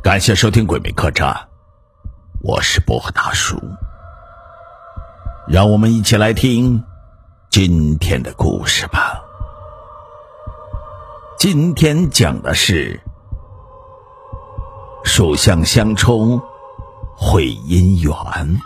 感谢收听鬼魅客栈，我是薄荷大叔。让我们一起来听今天的故事吧。今天讲的是属相相冲会姻缘。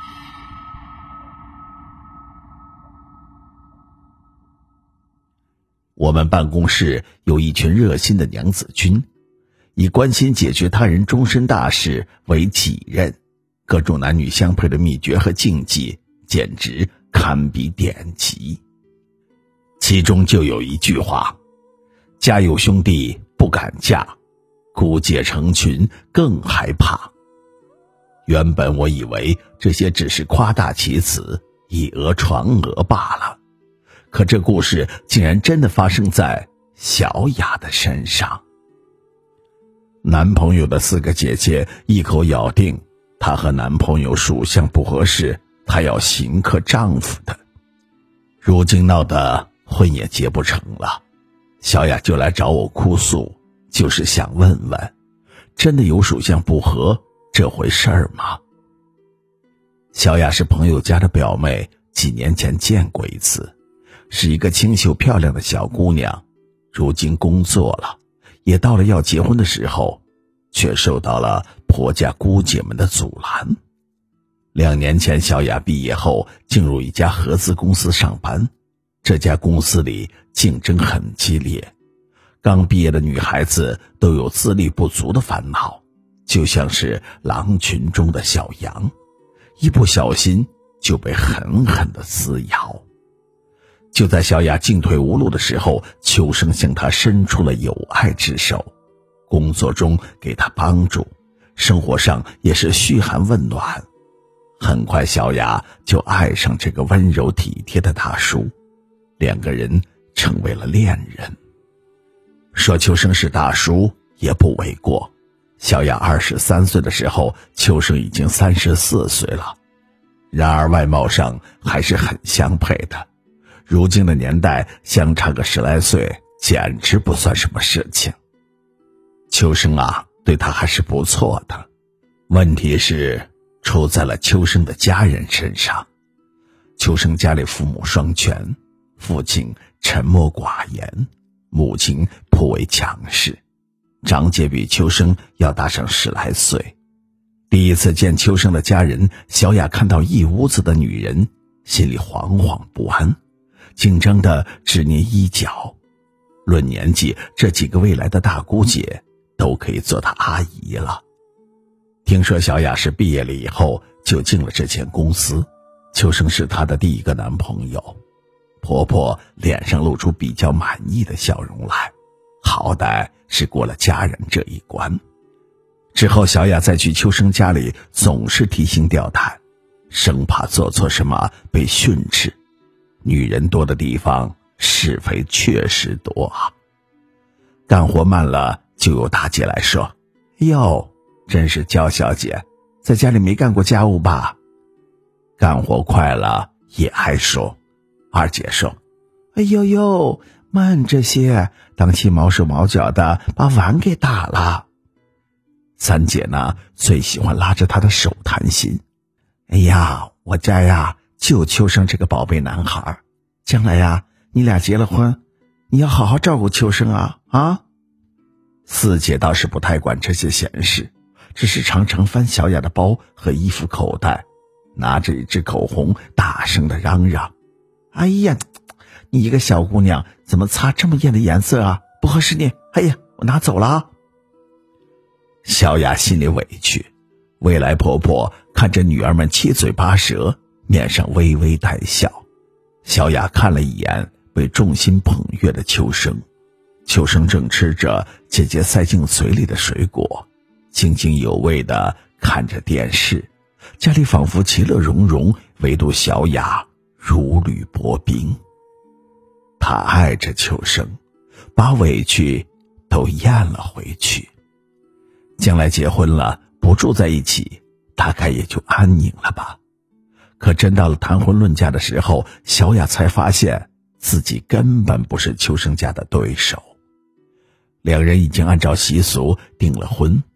我们办公室有一群热心的娘子军，以关心解决他人终身大事为己任，各种男女相配的秘诀和禁忌简直堪比典籍。其中就有一句话：家有兄弟不敢嫁，姑姐成群更害怕。原本我以为这些只是夸大其词，以讹传讹罢了，可这故事竟然真的发生在小雅的身上。男朋友的4个姐姐一口咬定她和男朋友属相不合适，她要刑克丈夫的。如今闹得婚也结不成了，小雅就来找我哭诉，就是想问问，真的有属相不合这回事儿吗？小雅是朋友家的表妹，几年前见过一次，是一个清秀漂亮的小姑娘，如今工作了，也到了要结婚的时候，却受到了婆家姑姐们的阻拦。2年前小雅毕业后进入一家合资公司上班，这家公司里竞争很激烈，刚毕业的女孩子都有自立不足的烦恼，就像是狼群中的小羊，一不小心就被狠狠地撕咬。就在小雅进退无路的时候，秋生向她伸出了友爱之手，工作中给她帮助，生活上也是嘘寒问暖。很快小雅就爱上这个温柔体贴的大叔，2个人成为了恋人。说秋生是大叔也不为过，小雅23岁的时候，秋生已经34岁了，然而外貌上还是很相配的。如今的年代，相差个10来岁简直不算什么事情。秋生对他还是不错的，问题是出在了秋生的家人身上。秋生家里父母双全，父亲沉默寡言，母亲颇为强势，长姐比秋生要大上10来岁。第一次见秋生的家人，小雅看到一屋子的女人，心里惶惶不安，紧张的直捏衣角。论年纪，这几个未来的大姑姐都可以做她阿姨了。听说小雅是毕业了以后就进了这间公司，秋生是她的第一个男朋友。婆婆脸上露出比较满意的笑容来，好歹是过了家人这一关。之后小雅再去秋生家里，总是提心吊胆，生怕做错什么被训斥。女人多的地方是非确实多啊。干活慢了，就有大姐来说：哟，真是娇小姐，在家里没干过家务吧？干活快了也还说。二姐说：哎呦呦，慢着些，当心毛手毛脚的把碗给打了。三姐呢，最喜欢拉着她的手谈心。哎呀，我家就秋生这个宝贝男孩，将来你俩结了婚，你要好好照顾秋生啊。四姐倒是不太管这些闲事，只是常常翻小雅的包和衣服口袋，拿着一支口红大声地嚷嚷：哎呀，你一个小姑娘怎么擦这么艳的颜色啊，不合适你，哎呀，我拿走了。小雅心里委屈，未来婆婆看着女儿们七嘴八舌，面上微微带笑。小雅看了一眼被众星捧月的秋生，秋生正吃着姐姐塞进嘴里的水果，津津有味地看着电视，家里仿佛其乐融融，唯独小雅如履薄冰。她爱着秋生，把委屈都咽了回去。将来结婚了，不住在一起，大概也就安宁了吧。可真到了谈婚论嫁的时候，小雅才发现自己根本不是秋生家的对手。2人已经按照习俗订了婚，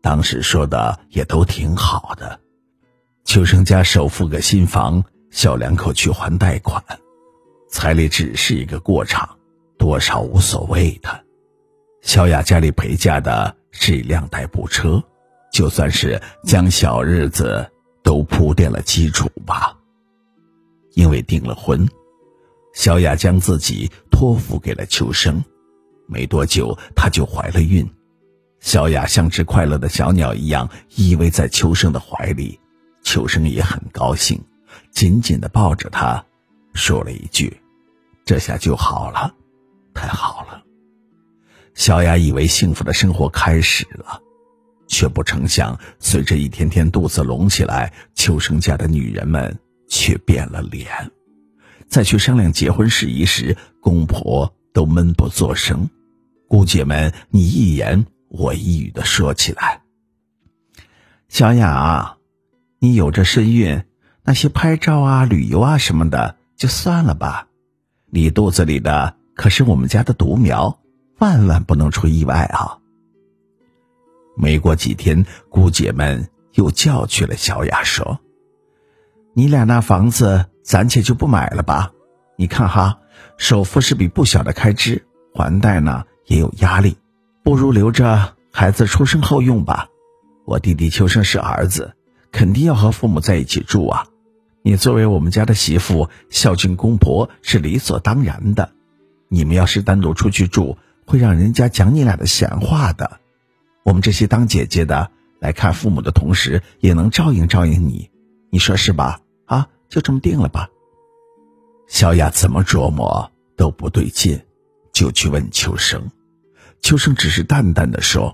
当时说的也都挺好的。秋生家首付个新房，小两口去还贷款，彩礼只是一个过场，多少无所谓的。小雅家里陪嫁的是一辆代步车，就算是将小日子都铺垫了基础吧。因为订了婚，小雅将自己托付给了秋生，没多久她就怀了孕。小雅像只快乐的小鸟一样依偎在秋生的怀里，秋生也很高兴，紧紧地抱着她，说了一句：这下就好了，太好了。小雅以为幸福的生活开始了，却不成想随着一天天肚子隆起来，秋生家的女人们却变了脸。再去商量结婚事宜时，公婆都闷不作声，姑姐们你一言我一语地说起来：小雅，你有着身孕，那些拍照啊旅游啊什么的就算了吧，你肚子里的可是我们家的独苗，万万不能出意外啊。没过几天，姑姐们又叫去了小雅，说：你俩那房子暂且就不买了吧，你看哈，首付是笔不小的开支，还贷呢也有压力，不如留着孩子出生后用吧。我弟弟秋生是儿子，肯定要和父母在一起住啊，你作为我们家的媳妇，孝敬公婆是理所当然的，你们要是单独出去住，会让人家讲你俩的闲话的。我们这些当姐姐的来看父母的同时，也能照应照应你，你说是吧？啊，就这么定了吧。小雅怎么琢磨都不对劲，就去问秋生。秋生只是淡淡的说：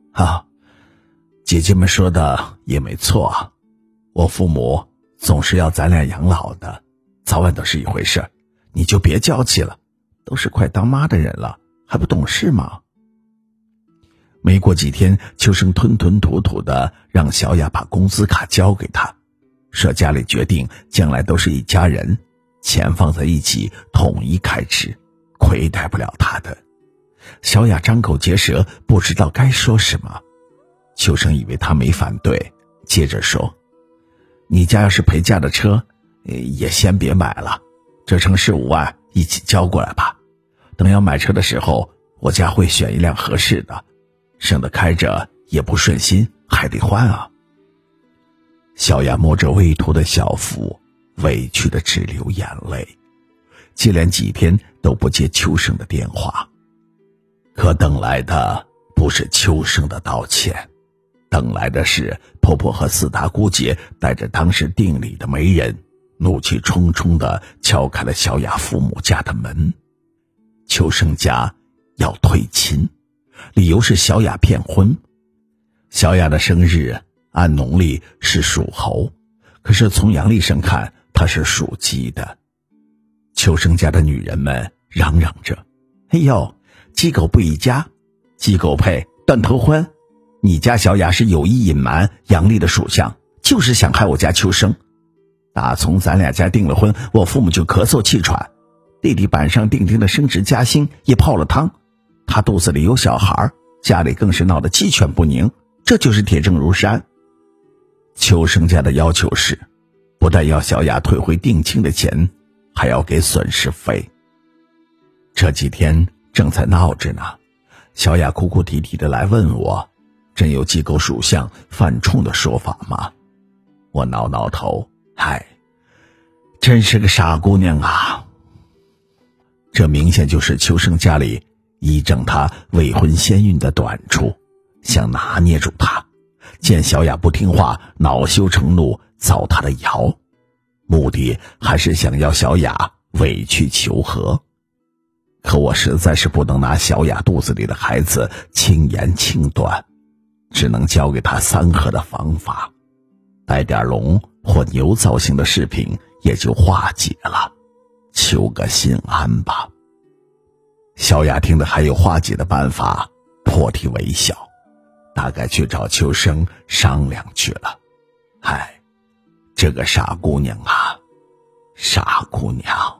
姐姐们说的也没错啊，我父母总是要咱俩养老的，早晚都是一回事，你就别娇气了，都是快当妈的人了，还不懂事吗？没过几天，秋生吞吞吐吐的让小雅把工资卡交给他，说家里决定将来都是一家人，钱放在一起统一开支，亏待不了他的。小雅张口结舌，不知道该说什么。秋生以为他没反对，接着说：你家要是陪嫁的车，也先别买了，这成15万一起交过来吧，等要买车的时候，我家会选一辆合适的，省得开着也不顺心，还得换啊。小雅摸着未秃的小腹，委屈的直流眼泪，接连几天都不接秋生的电话。可等来的不是秋生的道歉，等来的是婆婆和4大姑姐带着当时定礼的媒人，怒气冲冲地敲开了小雅父母家的门。秋生家要退亲，理由是小雅骗婚。小雅的生日按农历是属猴，可是从阳历上看她是属鸡的。秋生家的女人们嚷嚷着：哎呦，鸡狗不一家，鸡狗配断头婚，你家小雅是有意隐瞒阳历的属相，就是想害我家秋生。打从咱俩家订了婚，我父母就咳嗽气喘，弟弟板上钉钉的升职加薪也泡了汤，他肚子里有小孩，家里更是闹得鸡犬不宁，这就是铁证如山。秋生家的要求是，不但要小雅退回定亲的钱，还要给损失费。这几天正在闹着呢，小雅哭哭啼啼的来问我，真有鸡狗属相犯冲的说法吗？我挠挠头，真是个傻姑娘啊。这明显就是秋生家里依仗她未婚先孕的短处，想拿捏住她，见小雅不听话，恼羞成怒，造她的谣，目的还是想要小雅委曲求和。可我实在是不能拿小雅肚子里的孩子轻言轻断，只能教给她3合的方法，带点龙或牛造型的饰品也就化解了，求个心安吧。小雅听的还有化解的办法，破涕为笑，大概去找秋生商量去了。这个傻姑娘啊，傻姑娘。